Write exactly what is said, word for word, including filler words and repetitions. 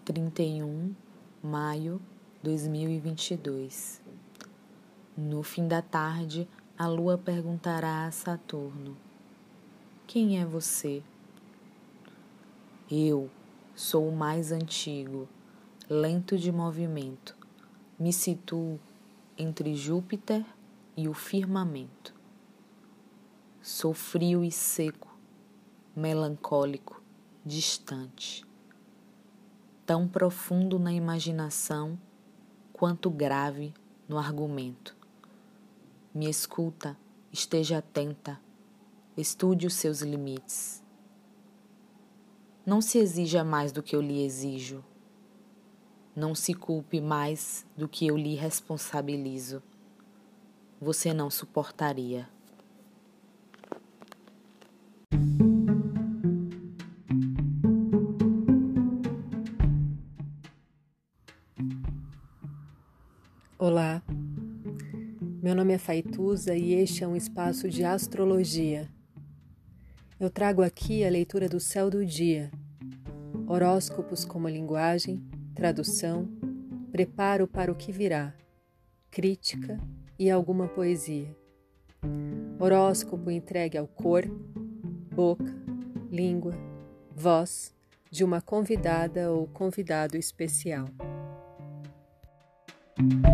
trinta e um de maio de dois mil e vinte e dois. No fim da tarde, a lua perguntará a Saturno: quem é você? Eu sou o mais antigo, lento de movimento. Me situo entre Júpiter e o firmamento. Sou frio e seco, melancólico, distante. Tão profundo na imaginação quanto grave no argumento. Me escuta, esteja atenta, estude os seus limites. Não se exija mais do que eu lhe exijo. Não se culpe mais do que eu lhe responsabilizo. Você não suportaria. Olá, meu nome é Faituza e este é um espaço de astrologia. Eu trago aqui a leitura do céu do dia, horóscopos como linguagem, tradução, preparo para o que virá, crítica e alguma poesia. Horóscopo entregue ao corpo, boca, língua, voz de uma convidada ou convidado especial.